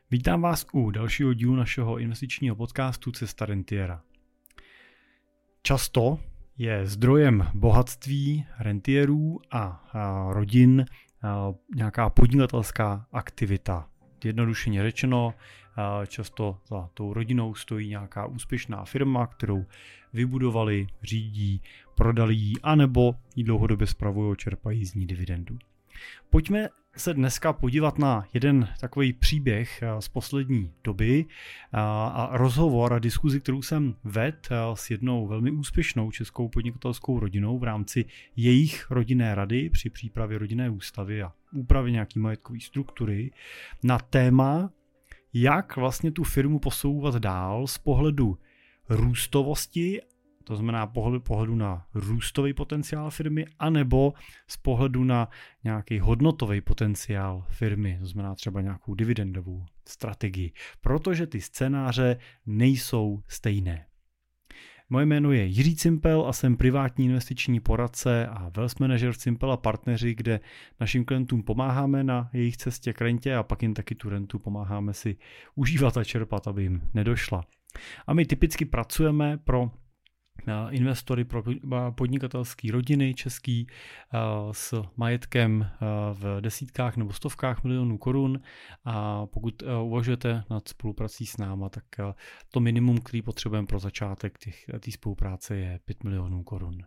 Vítám vás u dalšího dílu našeho investičního podcastu Cesta rentiera. Často je zdrojem bohatství rentierů a rodin nějaká podnikatelská aktivita. Jednodušeně řečeno, často za tou rodinou stojí nějaká úspěšná firma, kterou vybudovali, řídí, prodali ji, anebo ji dlouhodobě spravují a čerpají z ní dividendu. Pojďme se dneska podívat na jeden takový příběh z poslední doby a rozhovor a diskuzi, kterou jsem vedl s jednou velmi úspěšnou českou podnikatelskou rodinou v rámci jejich rodinné rady při přípravě rodinné ústavy a úpravě nějaký majetkové struktury na téma, jak vlastně tu firmu posouvat dál z pohledu růstovosti, to znamená pohledu na růstový potenciál firmy, anebo z pohledu na nějaký hodnotový potenciál firmy, to znamená třeba nějakou dividendovou strategii, protože ty scénáře nejsou stejné. Moje jméno je Jiří Cimpel a jsem privátní investiční poradce a wealth manager v Cimpel a partneři, kde našim klientům pomáháme na jejich cestě k rentě a pak jim taky tu rentu pomáháme si užívat a čerpat, aby jim nedošla. A my typicky pracujeme pro investory, pro podnikatelské rodiny český s majetkem v desítkách nebo stovkách milionů korun a pokud uvažujete nad spoluprací s náma, tak to minimum, který potřebujeme pro začátek té spolupráce je 5 milionů korun.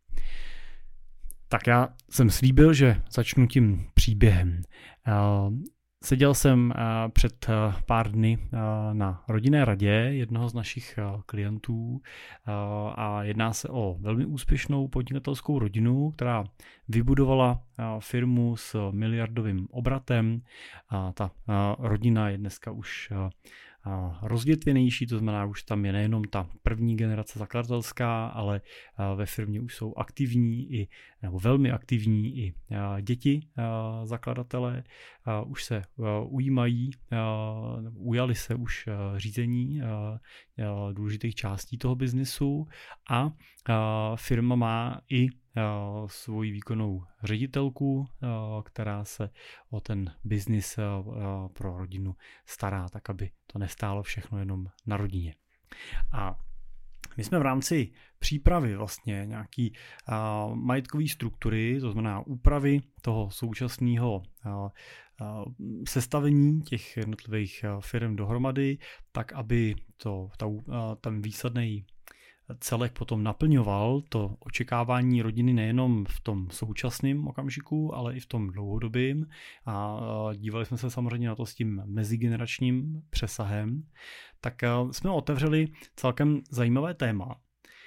Tak já jsem slíbil, že začnu tím příběhem. Seděl jsem před pár dny na rodinné radě jednoho z našich klientů a jedná se o velmi úspěšnou podnikatelskou rodinu, která vybudovala firmu s miliardovým obratem. Ta rodina je dneska už rozvětvenější, to znamená, už tam je nejenom ta první generace zakladatelská, ale ve firmě už jsou aktivní nebo velmi aktivní i děti zakladatelé, už se ujali se už řízení důležitých částí toho biznesu a firma má i svoji výkonnou ředitelku, která se o ten biznis pro rodinu stará, tak aby to nestálo všechno jenom na rodině. A my jsme v rámci přípravy vlastně nějaký majetkové struktury, to znamená úpravy toho současného sestavení těch jednotlivých firm dohromady, tak aby ten výsledný celek potom naplňoval to očekávání rodiny nejenom v tom současném okamžiku, ale i v tom dlouhodobém. A dívali jsme se samozřejmě na to s tím mezigeneračním přesahem. Tak jsme otevřeli celkem zajímavé téma,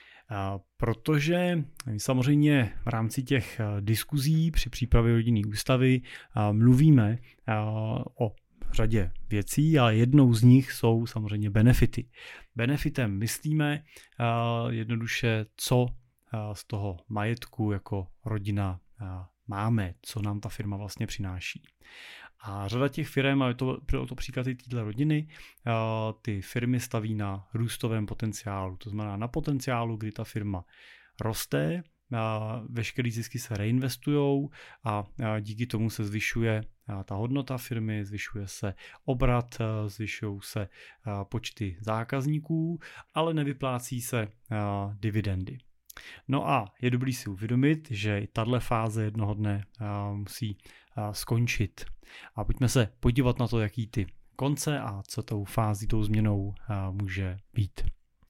protože samozřejmě v rámci těch diskuzí při přípravě rodinné ústavy mluvíme o řadě věcí, ale jednou z nich jsou samozřejmě benefity. Benefitem myslíme jednoduše, co z toho majetku jako rodina máme, co nám ta firma vlastně přináší. A řada těch firm, a bylo to příklad i této rodiny, ty firmy staví na růstovém potenciálu, to znamená na potenciálu, kdy ta firma roste, veškeré zisky se reinvestujou a díky tomu se zvyšuje ta hodnota firmy, zvyšuje se obrat, zvyšují se počty zákazníků, ale nevyplácí se dividendy. No a je dobrý si uvědomit, že i tato fáze jednoho dne musí skončit. A pojďme se podívat na to, jaký ty konce a co tou fází, tou změnou může být.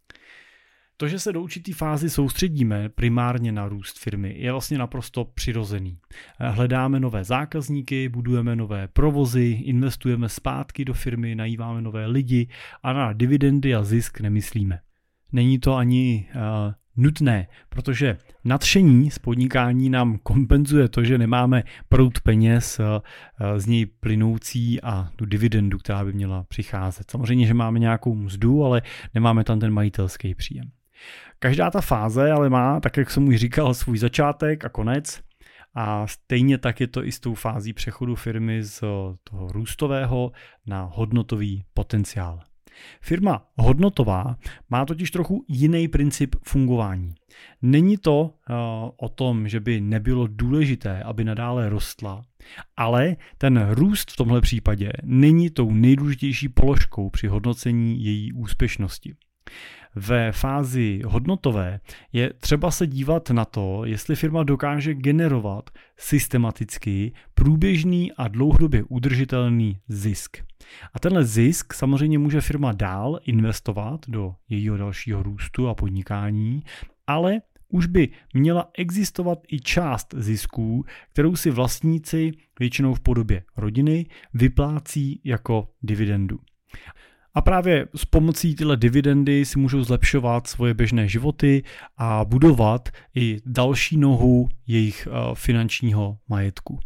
To, že se do určitý fázi soustředíme primárně na růst firmy, je vlastně naprosto přirozený. Hledáme nové zákazníky, budujeme nové provozy, investujeme zpátky do firmy, najímáme nové lidi a na dividendy a zisk nemyslíme. Není to ani nutné, protože nadšení z podnikání nám kompenzuje to, že nemáme proud peněz z něj plynoucí a tu dividendu, která by měla přicházet. Samozřejmě, že máme nějakou mzdu, ale nemáme tam ten majitelský příjem. Každá ta fáze ale má, tak jak jsem už říkal, svůj začátek a konec a stejně tak je to i s tou fází přechodu firmy z toho růstového na hodnotový potenciál. Firma hodnotová má totiž trochu jiný princip fungování. Není to o tom, že by nebylo důležité, aby nadále rostla, ale ten růst v tomhle případě není tou nejdůležitější položkou při hodnocení její úspěšnosti. Ve fázi hodnotové je třeba se dívat na to, jestli firma dokáže generovat systematicky průběžný a dlouhodobě udržitelný zisk. A tenhle zisk samozřejmě může firma dál investovat do jejího dalšího růstu a podnikání, ale už by měla existovat i část zisků, kterou si vlastníci většinou v podobě rodiny vyplácí jako dividendu. A právě s pomocí tyhle dividendy si můžou zlepšovat svoje běžné životy a budovat i další nohu jejich finančního majetku.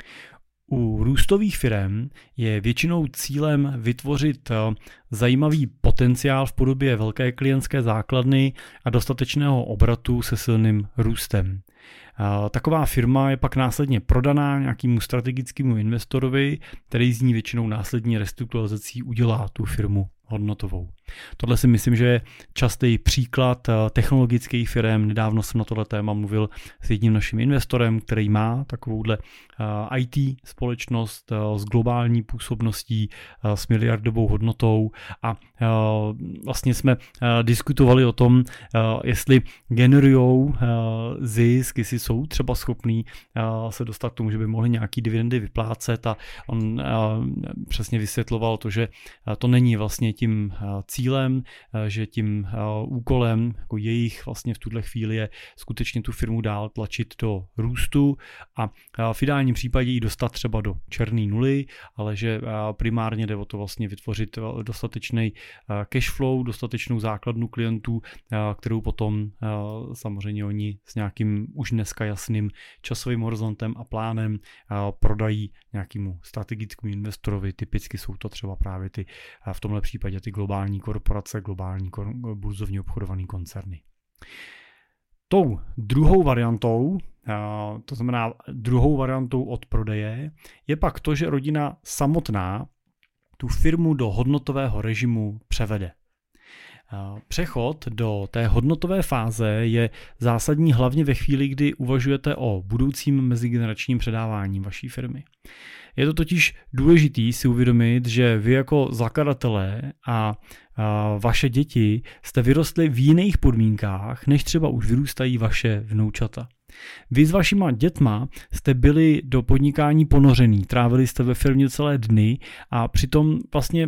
U růstových firem je většinou cílem vytvořit zajímavý potenciál v podobě velké klientské základny a dostatečného obratu se silným růstem. Taková firma je pak následně prodaná nějakému strategickému investorovi, který z ní většinou následně restrukturalizací udělá tu firmu hodnotovou. Tohle si myslím, že je častý příklad technologických firm. Nedávno jsem na tohle téma mluvil s jedním naším investorem, který má takovouhle IT společnost s globální působností, s miliardovou hodnotou a vlastně jsme diskutovali o tom, jestli generujou zisk, jestli jsou třeba schopní se dostat k tomu, že by mohli nějaký dividendy vyplácet a on přesně vysvětloval to, že to není vlastně tím cílem, že tím úkolem jako jejich vlastně v tuhle chvíli je skutečně tu firmu dál tlačit do růstu a v ideálním případě ji dostat třeba do černé nuly, ale že primárně jde o to vlastně vytvořit dostatečný cash flow, dostatečnou základnu klientů, kterou potom samozřejmě oni s nějakým už dneska jasným časovým horizontem a plánem prodají nějakému strategickému investorovi. Typicky jsou to třeba právě ty v tomhle případě ty globální korporace, globální burzovně obchodované koncerny. Tou druhou variantou, to znamená druhou variantou od prodeje, je pak to, že rodina samotná tu firmu do hodnotového režimu převede. Přechod do té hodnotové fáze je zásadní hlavně ve chvíli, kdy uvažujete o budoucím mezigeneračním předávání vaší firmy. Je to totiž důležitý si uvědomit, že vy jako zakladatelé a vaše děti jste vyrostli v jiných podmínkách, než třeba už vyrůstají vaše vnoučata. Vy s vašima dětma jste byli do podnikání ponořený, trávili jste ve firmě celé dny a přitom vlastně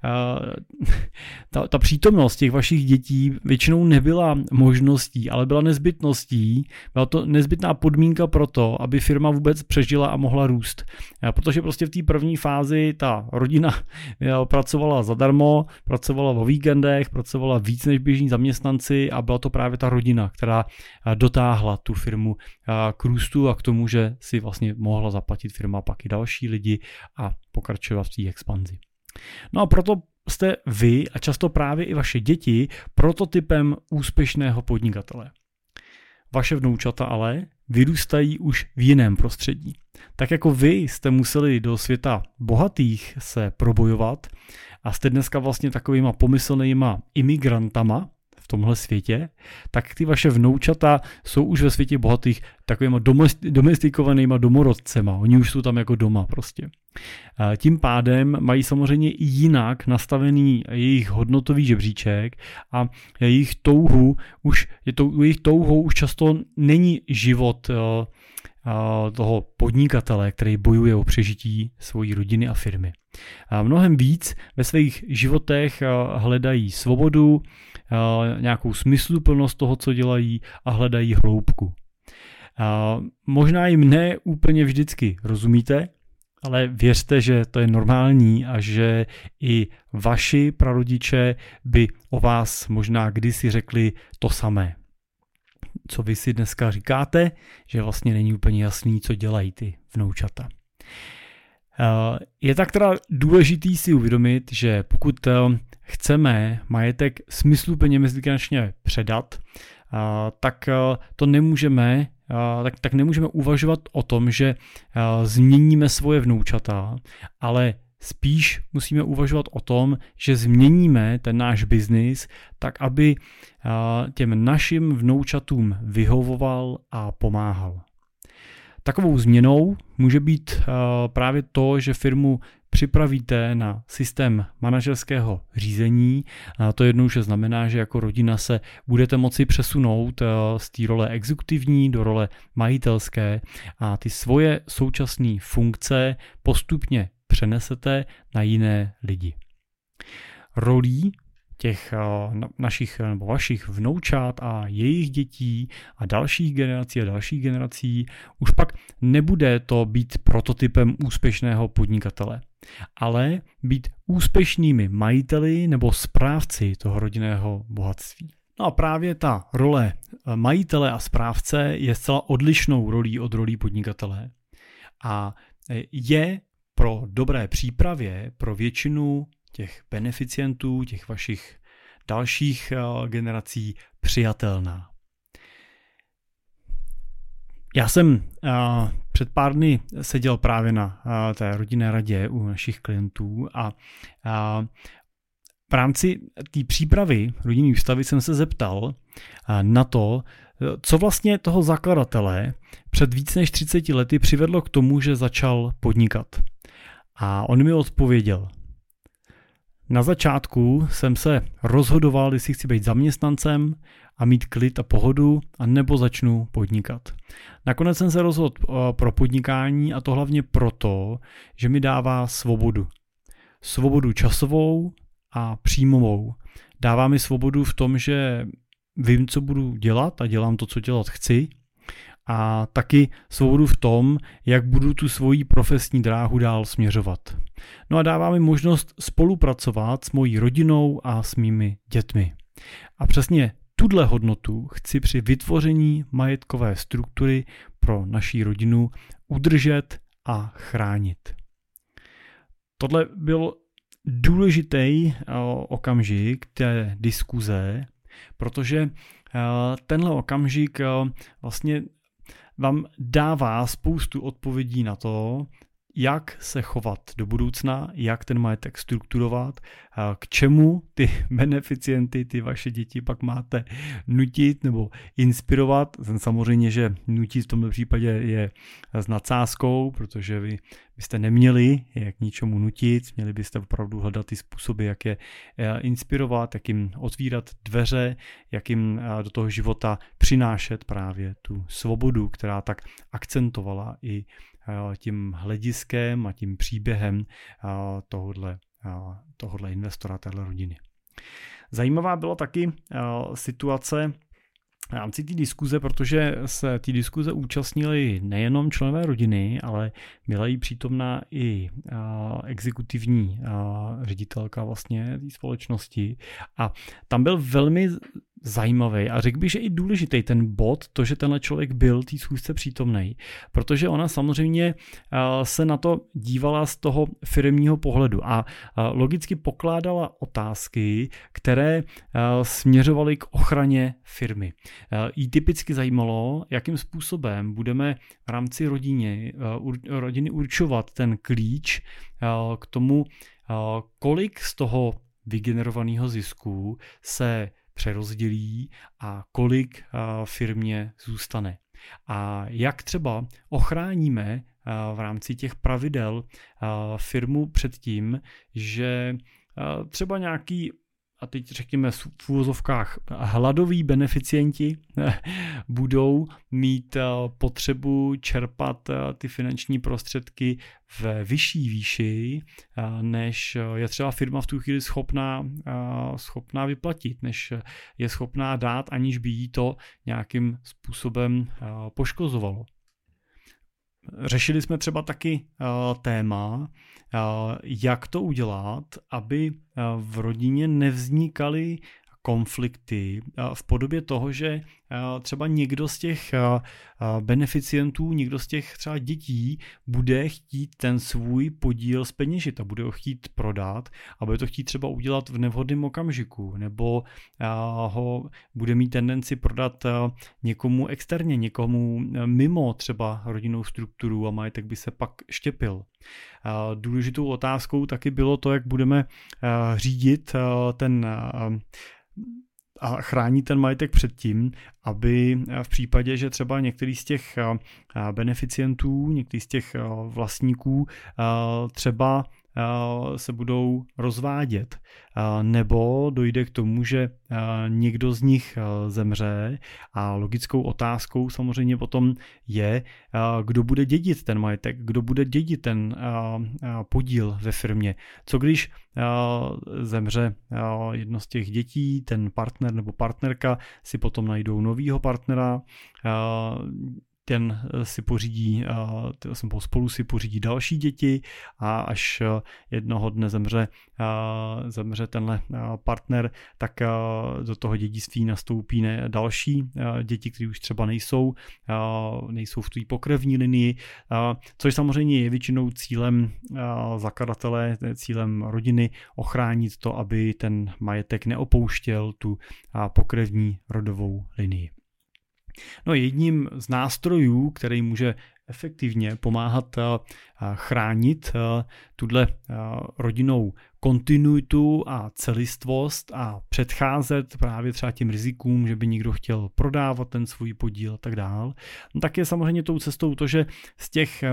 ta přítomnost těch vašich dětí většinou nebyla možností, ale byla nezbytností. Byla to nezbytná podmínka pro to, aby firma vůbec přežila a mohla růst. Protože prostě v té první fázi ta rodina pracovala zadarmo, pracovala o víkendech, pracovala víc než běžní zaměstnanci a byla to právě ta rodina, která dotáhla tu firmu k růstu a k tomu, že si vlastně mohla zaplatit firma pak i další lidi a pokračovat v té expanzi. No a proto jste vy a často právě i vaše děti prototypem úspěšného podnikatele. Vaše vnoučata ale vyrůstají už v jiném prostředí. Tak jako vy jste museli do světa bohatých se probojovat a jste dneska vlastně takovýma pomyslnýma imigrantama v tomhle světě, tak ty vaše vnoučata jsou už ve světě bohatých takovýma domestikovanýma domorodcema. Oni už jsou tam jako doma prostě. Tím pádem mají samozřejmě i jinak nastavený jejich hodnotový žebříček a jejich touhou už často není život toho podnikatele, který bojuje o přežití svojí rodiny a firmy. Mnohem víc ve svých životech hledají svobodu, nějakou smysluplnost toho, co dělají a hledají hloubku. Možná jim ne úplně vždycky rozumíte, ale věřte, že to je normální a že i vaši prarodiče by o vás možná kdysi řekli to samé. Co vy si dneska říkáte, že vlastně není úplně jasný, co dělají ty vnoučata. Je tak teda důležitý si uvědomit, že pokud chceme majetek smysluplně mezigeneračně předat, tak to nemůžeme tak nemůžeme uvažovat o tom, že změníme svoje vnoučata, ale Spíš musíme uvažovat o tom, že změníme ten náš biznis tak, aby těm našim vnoučatům vyhovoval a pomáhal. Takovou změnou může být právě to, že firmu připravíte na systém manažerského řízení. To jednoduše znamená, že jako rodina se budete moci přesunout z té role exekutivní do role majitelské a ty svoje současné funkce postupně přenesete na jiné lidi. Rolí těch našich nebo vašich vnoučat a jejich dětí a dalších generací už pak nebude to být prototypem úspěšného podnikatele, ale být úspěšnými majiteli nebo správci toho rodinného bohatství. No a právě ta role majitele a správce je zcela odlišnou rolí od rolí podnikatele a je pro dobré přípravě pro většinu těch beneficientů, těch vašich dalších generací přijatelná. Já jsem před pár dny seděl právě na té rodinné radě u našich klientů a v rámci té přípravy rodinné ústavy jsem se zeptal na to, co vlastně toho zakladatele před víc než 30 lety přivedlo k tomu, že začal podnikat. A on mi odpověděl: na začátku jsem se rozhodoval, jestli chci být zaměstnancem a mít klid a pohodu, a nebo začnu podnikat. Nakonec jsem se rozhodl pro podnikání a to hlavně proto, že mi dává svobodu. Svobodu časovou a příjmovou. Dává mi svobodu v tom, že vím, co budu dělat a dělám to, co dělat chci. A taky svobodu v tom, jak budu tu svoji profesní dráhu dál směřovat. No a dává mi možnost spolupracovat s mojí rodinou a s mými dětmi. A přesně tuhle hodnotu chci při vytvoření majetkové struktury pro naši rodinu udržet a chránit. Tohle byl důležitý okamžik té diskuze, protože tenhle okamžik vlastně vám dává spoustu odpovědí na to, jak se chovat do budoucna, jak ten majetek strukturovat, k čemu ty beneficienty, ty vaše děti pak máte nutit nebo inspirovat. Samozřejmě, že nutit v tomto případě je s nadsázkou, protože vy byste neměli jak ničemu nutit, měli byste opravdu hledat ty způsoby, jak je inspirovat, jak jim otvírat dveře, jak jim do toho života přinášet právě tu svobodu, která tak akcentovala i tím hlediskem a tím příběhem tohodle investora, téhle rodiny. Zajímavá byla taky situace v rámci té diskuze, protože se té diskuze účastnili nejenom členové rodiny, ale byla jí přítomná i exekutivní ředitelka vlastně té společnosti. A tam byl velmi zajímavý a řekl bych, že i důležitý ten bod, to, že tenhle člověk byl té schůzce přítomnej, protože ona samozřejmě se na to dívala z toho firemního pohledu a logicky pokládala otázky, které směřovaly k ochraně firmy. Jí typicky zajímalo, jakým způsobem budeme v rámci rodiny určovat ten klíč k tomu, kolik z toho vygenerovaného zisku se přerozdělí a kolik firmě zůstane. A jak třeba ochráníme v rámci těch pravidel firmu před tím, že třeba nějaký, a teď řekněme v úvozovkách, hladoví beneficienti budou mít potřebu čerpat ty finanční prostředky v vyšší výši, než je třeba firma v tu chvíli schopná vyplatit, než je schopná dát, aniž by jí to nějakým způsobem poškozovalo. Řešili jsme třeba taky téma, jak to udělat, aby v rodině nevznikaly konflikty v podobě toho, že třeba někdo z těch beneficientů, někdo z těch třeba dětí bude chtít ten svůj podíl zpeněžit a bude ho chtít prodat a bude to chtít třeba udělat v nevhodném okamžiku, nebo ho bude mít tendenci prodat někomu externě, někomu mimo třeba rodinnou strukturu a majetek by se pak štěpil. Důležitou otázkou taky bylo to, jak budeme řídit a chránit ten majetek před tím, aby v případě, že třeba některý z těch beneficientů, některý z těch vlastníků třeba se budou rozvádět, nebo dojde k tomu, že někdo z nich zemře a logickou otázkou samozřejmě potom je, kdo bude dědit ten majetek, kdo bude dědit ten podíl ve firmě. Co když zemře jedno z těch dětí, ten partner nebo partnerka si potom najdou novýho partnera, ten si pořídí, spolu si pořídí další děti a až jednoho dne zemře tenhle partner, tak do toho dědictví nastoupí další děti, které už třeba nejsou v té pokrevní linii, což samozřejmě je většinou cílem zakladatele, cílem rodiny ochránit to, aby ten majetek neopouštěl tu pokrevní rodovou linii. No, jedním z nástrojů, který může efektivně pomáhat chránit tuhle rodinnou kontinuitu a celistvost a předcházet právě třeba těm rizikům, že by někdo chtěl prodávat ten svůj podíl a tak dál, no, tak je samozřejmě tou cestou to, že z těch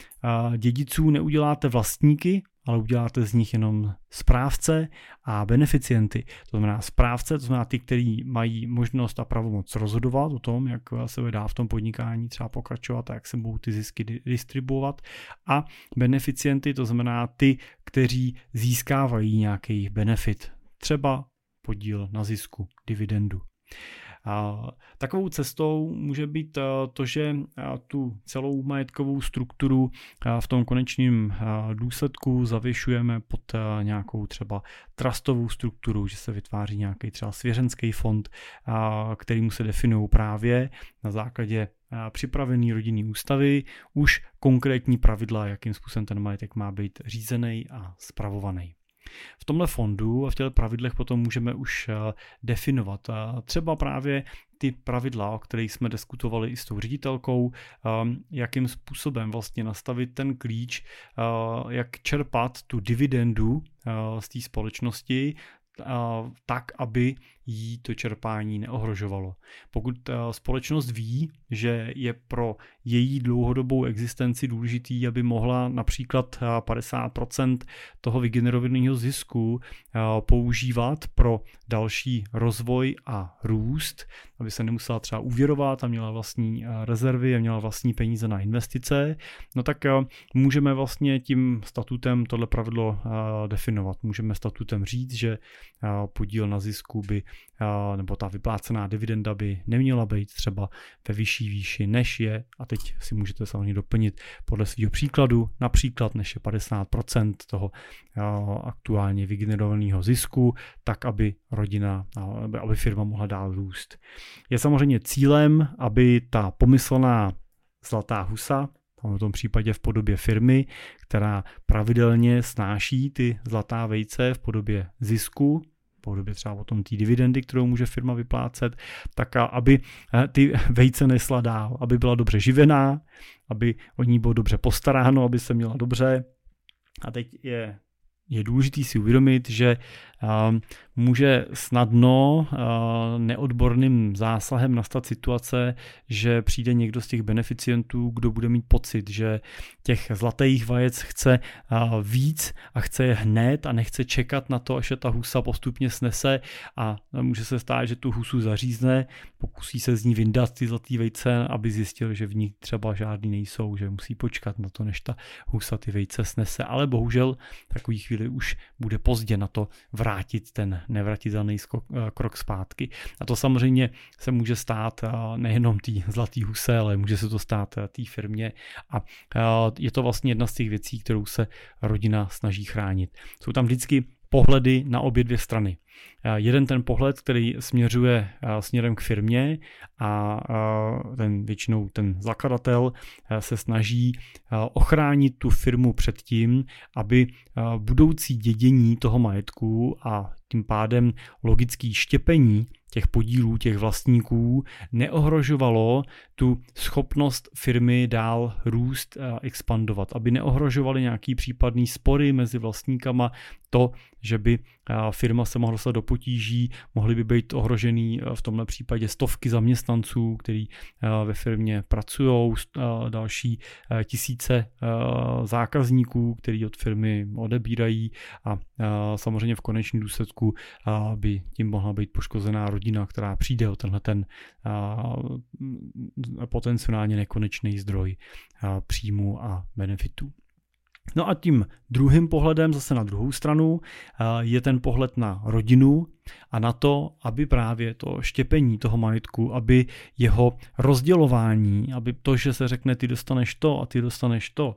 dědiců neuděláte vlastníky, ale uděláte z nich jenom správce a beneficienty. To znamená správce, to znamená ty, kteří mají možnost a pravomoc rozhodovat o tom, jak se dá v tom podnikání třeba pokračovat a jak se budou ty zisky distribuovat. A beneficienty, to znamená ty, kteří získávají nějaký benefit, třeba podíl na zisku, dividendu. Takovou cestou může být to, že tu celou majetkovou strukturu v tom konečném důsledku zavěšujeme pod nějakou třeba trustovou strukturu, že se vytváří nějaký třeba svěřenský fond, kterýmu se definují právě na základě připravený rodinný ústavy už konkrétní pravidla, jakým způsobem ten majetek má být řízený a spravovaný. V tomhle fondu a v těchto pravidlech potom můžeme už definovat třeba právě ty pravidla, o kterých jsme diskutovali i s tou ředitelkou, jakým způsobem vlastně nastavit ten klíč, jak čerpat tu dividendu z té společnosti, tak, aby jí to čerpání neohrožovalo. Pokud společnost ví, že je pro její dlouhodobou existenci důležitý, aby mohla například 50% toho vygenerovaného zisku používat pro další rozvoj a růst, aby se nemusela třeba úvěrovat a měla vlastní rezervy a měla vlastní peníze na investice, no tak můžeme vlastně tím statutem tohle pravidlo definovat. Můžeme statutem říct, že podíl na zisku by nebo ta vyplácená dividenda by neměla být třeba ve vyšší výši, než je, a teď si můžete samozřejmě doplnit podle svého příkladu, například než je 50% toho aktuálně vygenerovaného zisku, tak aby aby firma mohla dál růst. Je samozřejmě cílem, aby ta pomyslná zlatá husa, v tom případě v podobě firmy, která pravidelně snáší ty zlatá vejce v podobě zisku, v podobě třeba o tom té dividendy, kterou může firma vyplácet, tak aby ty vejce nesla dál, aby byla dobře živená, aby o ní bylo dobře postaráno, aby se měla dobře. A teď je důležité si uvědomit, že může snadno neodborným zásahem nastat situace, že přijde někdo z těch beneficientů, kdo bude mít pocit, že těch zlatých vajec chce víc a chce je hned a nechce čekat na to, až se ta husa postupně snese a může se stát, že tu husu zařízne, pokusí se z ní vyndat ty zlatý vejce, aby zjistil, že v ní třeba žádný nejsou, že musí počkat na to, než ta husa ty vejce snese, ale bohužel v takový chvíli už bude pozdě na to vrátit ten nevratitelný krok zpátky. A to samozřejmě se může stát nejenom té zlatý huse, ale může se to stát té firmě a je to vlastně jedna z těch věcí, kterou se rodina snaží chránit. Jsou tam vždycky pohledy na obě dvě strany. Jeden ten pohled, který směřuje směrem k firmě a většinou ten zakladatel se snaží ochránit tu firmu před tím, aby budoucí dědění toho majetku a tím pádem logické štěpení těch podílů, těch vlastníků neohrožovalo tu schopnost firmy dál růst a expandovat, aby neohrožovaly nějaký případný spory mezi vlastníkama, to, že by firma se mohla dostat do potíží, mohly by být ohrožený v tomhle případě stovky zaměstnanců, kteří ve firmě pracují, další tisíce zákazníků, kteří od firmy odebírají a samozřejmě v konečném důsledku by tím mohla být poškozená rodina, která přijde o tenhle ten potenciálně nekonečný zdroj příjmu a benefitů. No a tím druhým pohledem, zase na druhou stranu, je ten pohled na rodinu a na to, aby právě to štěpení toho majetku, aby jeho rozdělování, aby to, že se řekne ty dostaneš to a ty dostaneš to,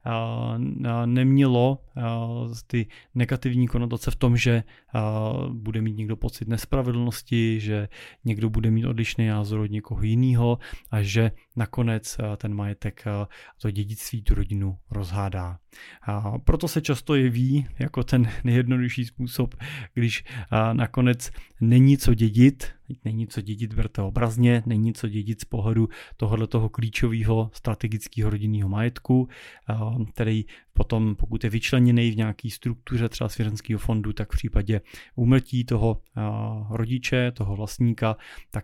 nemělo ty negativní konotace v tom, že bude mít někdo pocit nespravedlnosti, že někdo bude mít odlišný názor od někoho jiného a že nakonec ten majetek, to dědictví, tu rodinu rozhádá. Proto se často jeví jako ten nejjednodušší způsob, když nakonec není co dědit, berte obrazně, není co dědit z pohledu tohoto klíčového strategického rodinného majetku, který potom, pokud je vyčleněný v nějaké struktuře třeba svěřenského fondu, tak v případě úmrtí toho rodiče, toho vlastníka, tak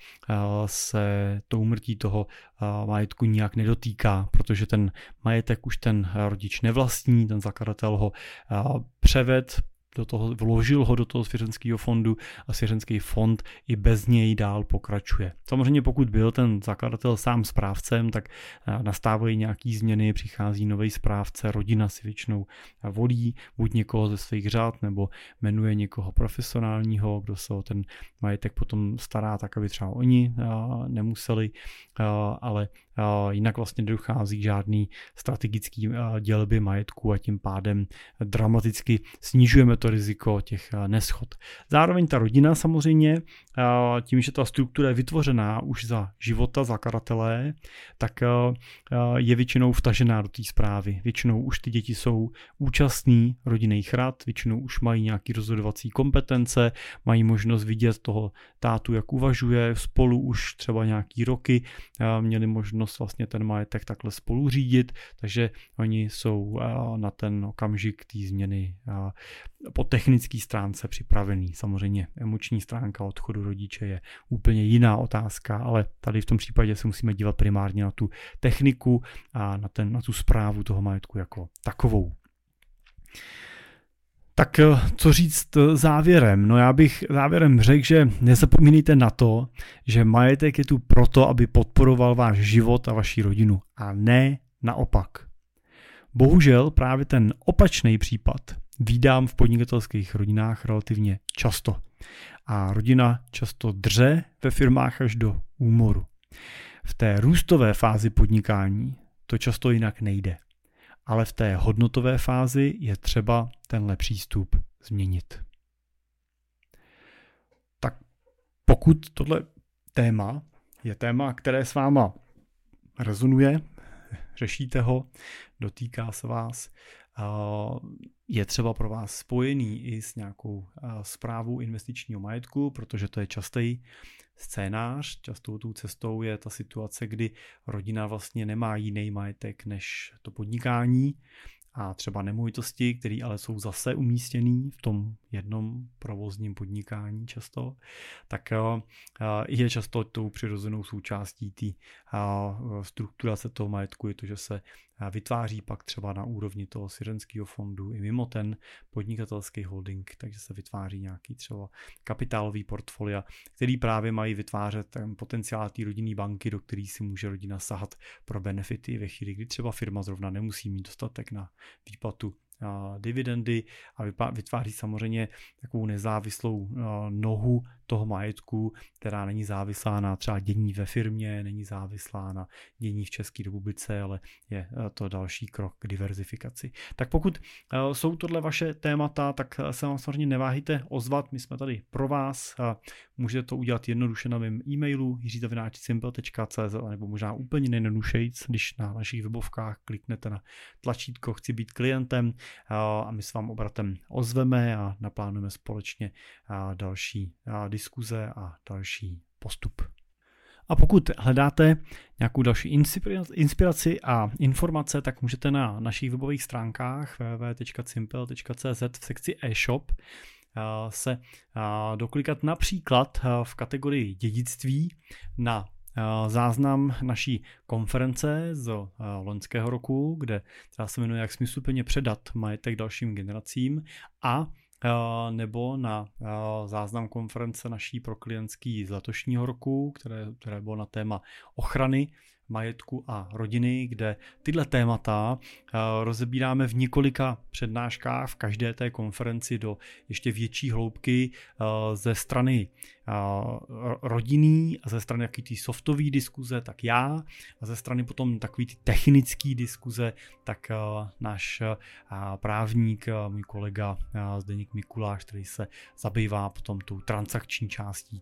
se to úmrtí toho majetku nijak nedotýká, protože ten majetek už ten rodič nevlastní, ten zakladatel ho převed, vložil ho do toho svěřenského fondu a svěřenský fond i bez něj dál pokračuje. Samozřejmě pokud byl ten zakladatel sám správcem, tak nastávají nějaký změny, přichází nový správce, rodina si většinou volí buď někoho ze svých řad nebo jmenuje někoho profesionálního, kdo se o ten majetek potom stará tak, aby třeba oni nemuseli, ale jinak vlastně nedochází k žádný strategický dělby majetku a tím pádem dramaticky snižujeme to riziko těch neschod. Zároveň ta rodina samozřejmě, tím, že ta struktura je vytvořená už za života zakladatele, tak je většinou vtažená do té správy. Většinou už ty děti jsou účastní rodinných rad, většinou už mají nějaké rozhodovací kompetence, mají možnost vidět toho tátu, jak uvažuje, spolu už třeba nějaký roky měli možnost vlastně ten majetek takhle spolu řídit, takže oni jsou na ten okamžik té změny po technické stránce připravený. Samozřejmě emoční stránka odchodu rodiče je úplně jiná otázka, ale tady v tom případě se musíme dívat primárně na tu techniku a na tu správu toho majetku jako takovou. Tak co říct závěrem? No já bych závěrem řekl, že nezapomínejte na to, že majetek je tu proto, aby podporoval váš život a vaši rodinu a ne naopak. Bohužel právě ten opačný případ vídám v podnikatelských rodinách relativně často. A rodina často dře ve firmách až do úmoru. V té růstové fázi podnikání to často jinak nejde. Ale v té hodnotové fázi je třeba tenhle přístup změnit. Tak pokud tohle téma je téma, které s váma rezonuje, řešíte ho, dotýká se vás, je třeba pro vás spojený i s nějakou správou investičního majetku, protože to je častý scénář. Častou tou cestou je ta situace, kdy rodina vlastně nemá jiný majetek než to podnikání a třeba nemovitosti, které ale jsou zase umístěný v tom jednom provozním podnikání často, tak je často tou přirozenou součástí té strukturace toho majetku je to, že se vytváří pak třeba na úrovni toho svěřenského fondu i mimo ten podnikatelský holding, takže se vytváří nějaký třeba kapitálový portfolia, který právě mají vytvářet ten potenciál té rodinné banky, do který si může rodina sahat pro benefity ve chvíli, kdy třeba firma zrovna nemusí mít dostatek na výplatu dividendy a vytváří samozřejmě takovou nezávislou nohu toho majetku, která není závislá na třeba dění ve firmě, není závislá na dění v České republice, ale je to další krok k diverzifikaci. Tak pokud jsou tohle vaše témata, tak se vám samozřejmě neváhejte ozvat, my jsme tady pro vás. Můžete to udělat jednoduše na mém e-mailu jiří@simple.cz nebo možná úplně nejjednodušejc, když na našich webovkách kliknete na tlačítko Chci být klientem a my s vám obratem ozveme a naplánujeme společně další diskuze a další postup. A pokud hledáte nějakou další inspiraci a informace, tak můžete na našich webových stránkách www.simple.cz v sekci e-shop se doklikat například v kategorii dědictví na záznam naší konference z loňského roku, kde se jmenuje Jak smysluplně předat majetek dalším generacím, a nebo na záznam konference naší pro klientský z letošního roku, které bylo na téma ochrany majetku a rodiny, kde tyhle témata rozebíráme v několika přednáškách v každé té konferenci do ještě větší hloubky ze strany rodinný a ze strany jaký ty softové diskuze, tak já, a ze strany potom takový ty technický diskuze, tak náš právník, můj kolega Zdeněk Mikuláš, který se zabývá potom tou transakční částí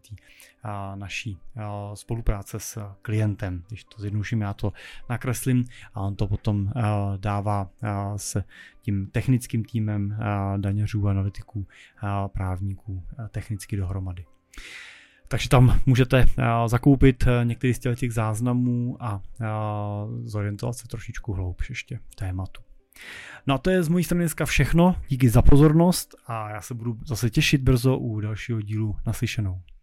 naší spolupráce s klientem. Když to zjednoduším, já to nakreslím a on to potom dává se tím technickým týmem daňařů, analytiků, právníků technicky dohromady. Takže tam můžete zakoupit některý z těch záznamů a zorientovat se trošičku hloubš ještě v tématu. No a to je z mojí strany dneska všechno. Díky za pozornost a já se budu zase těšit brzo u dalšího dílu. Naslyšenou.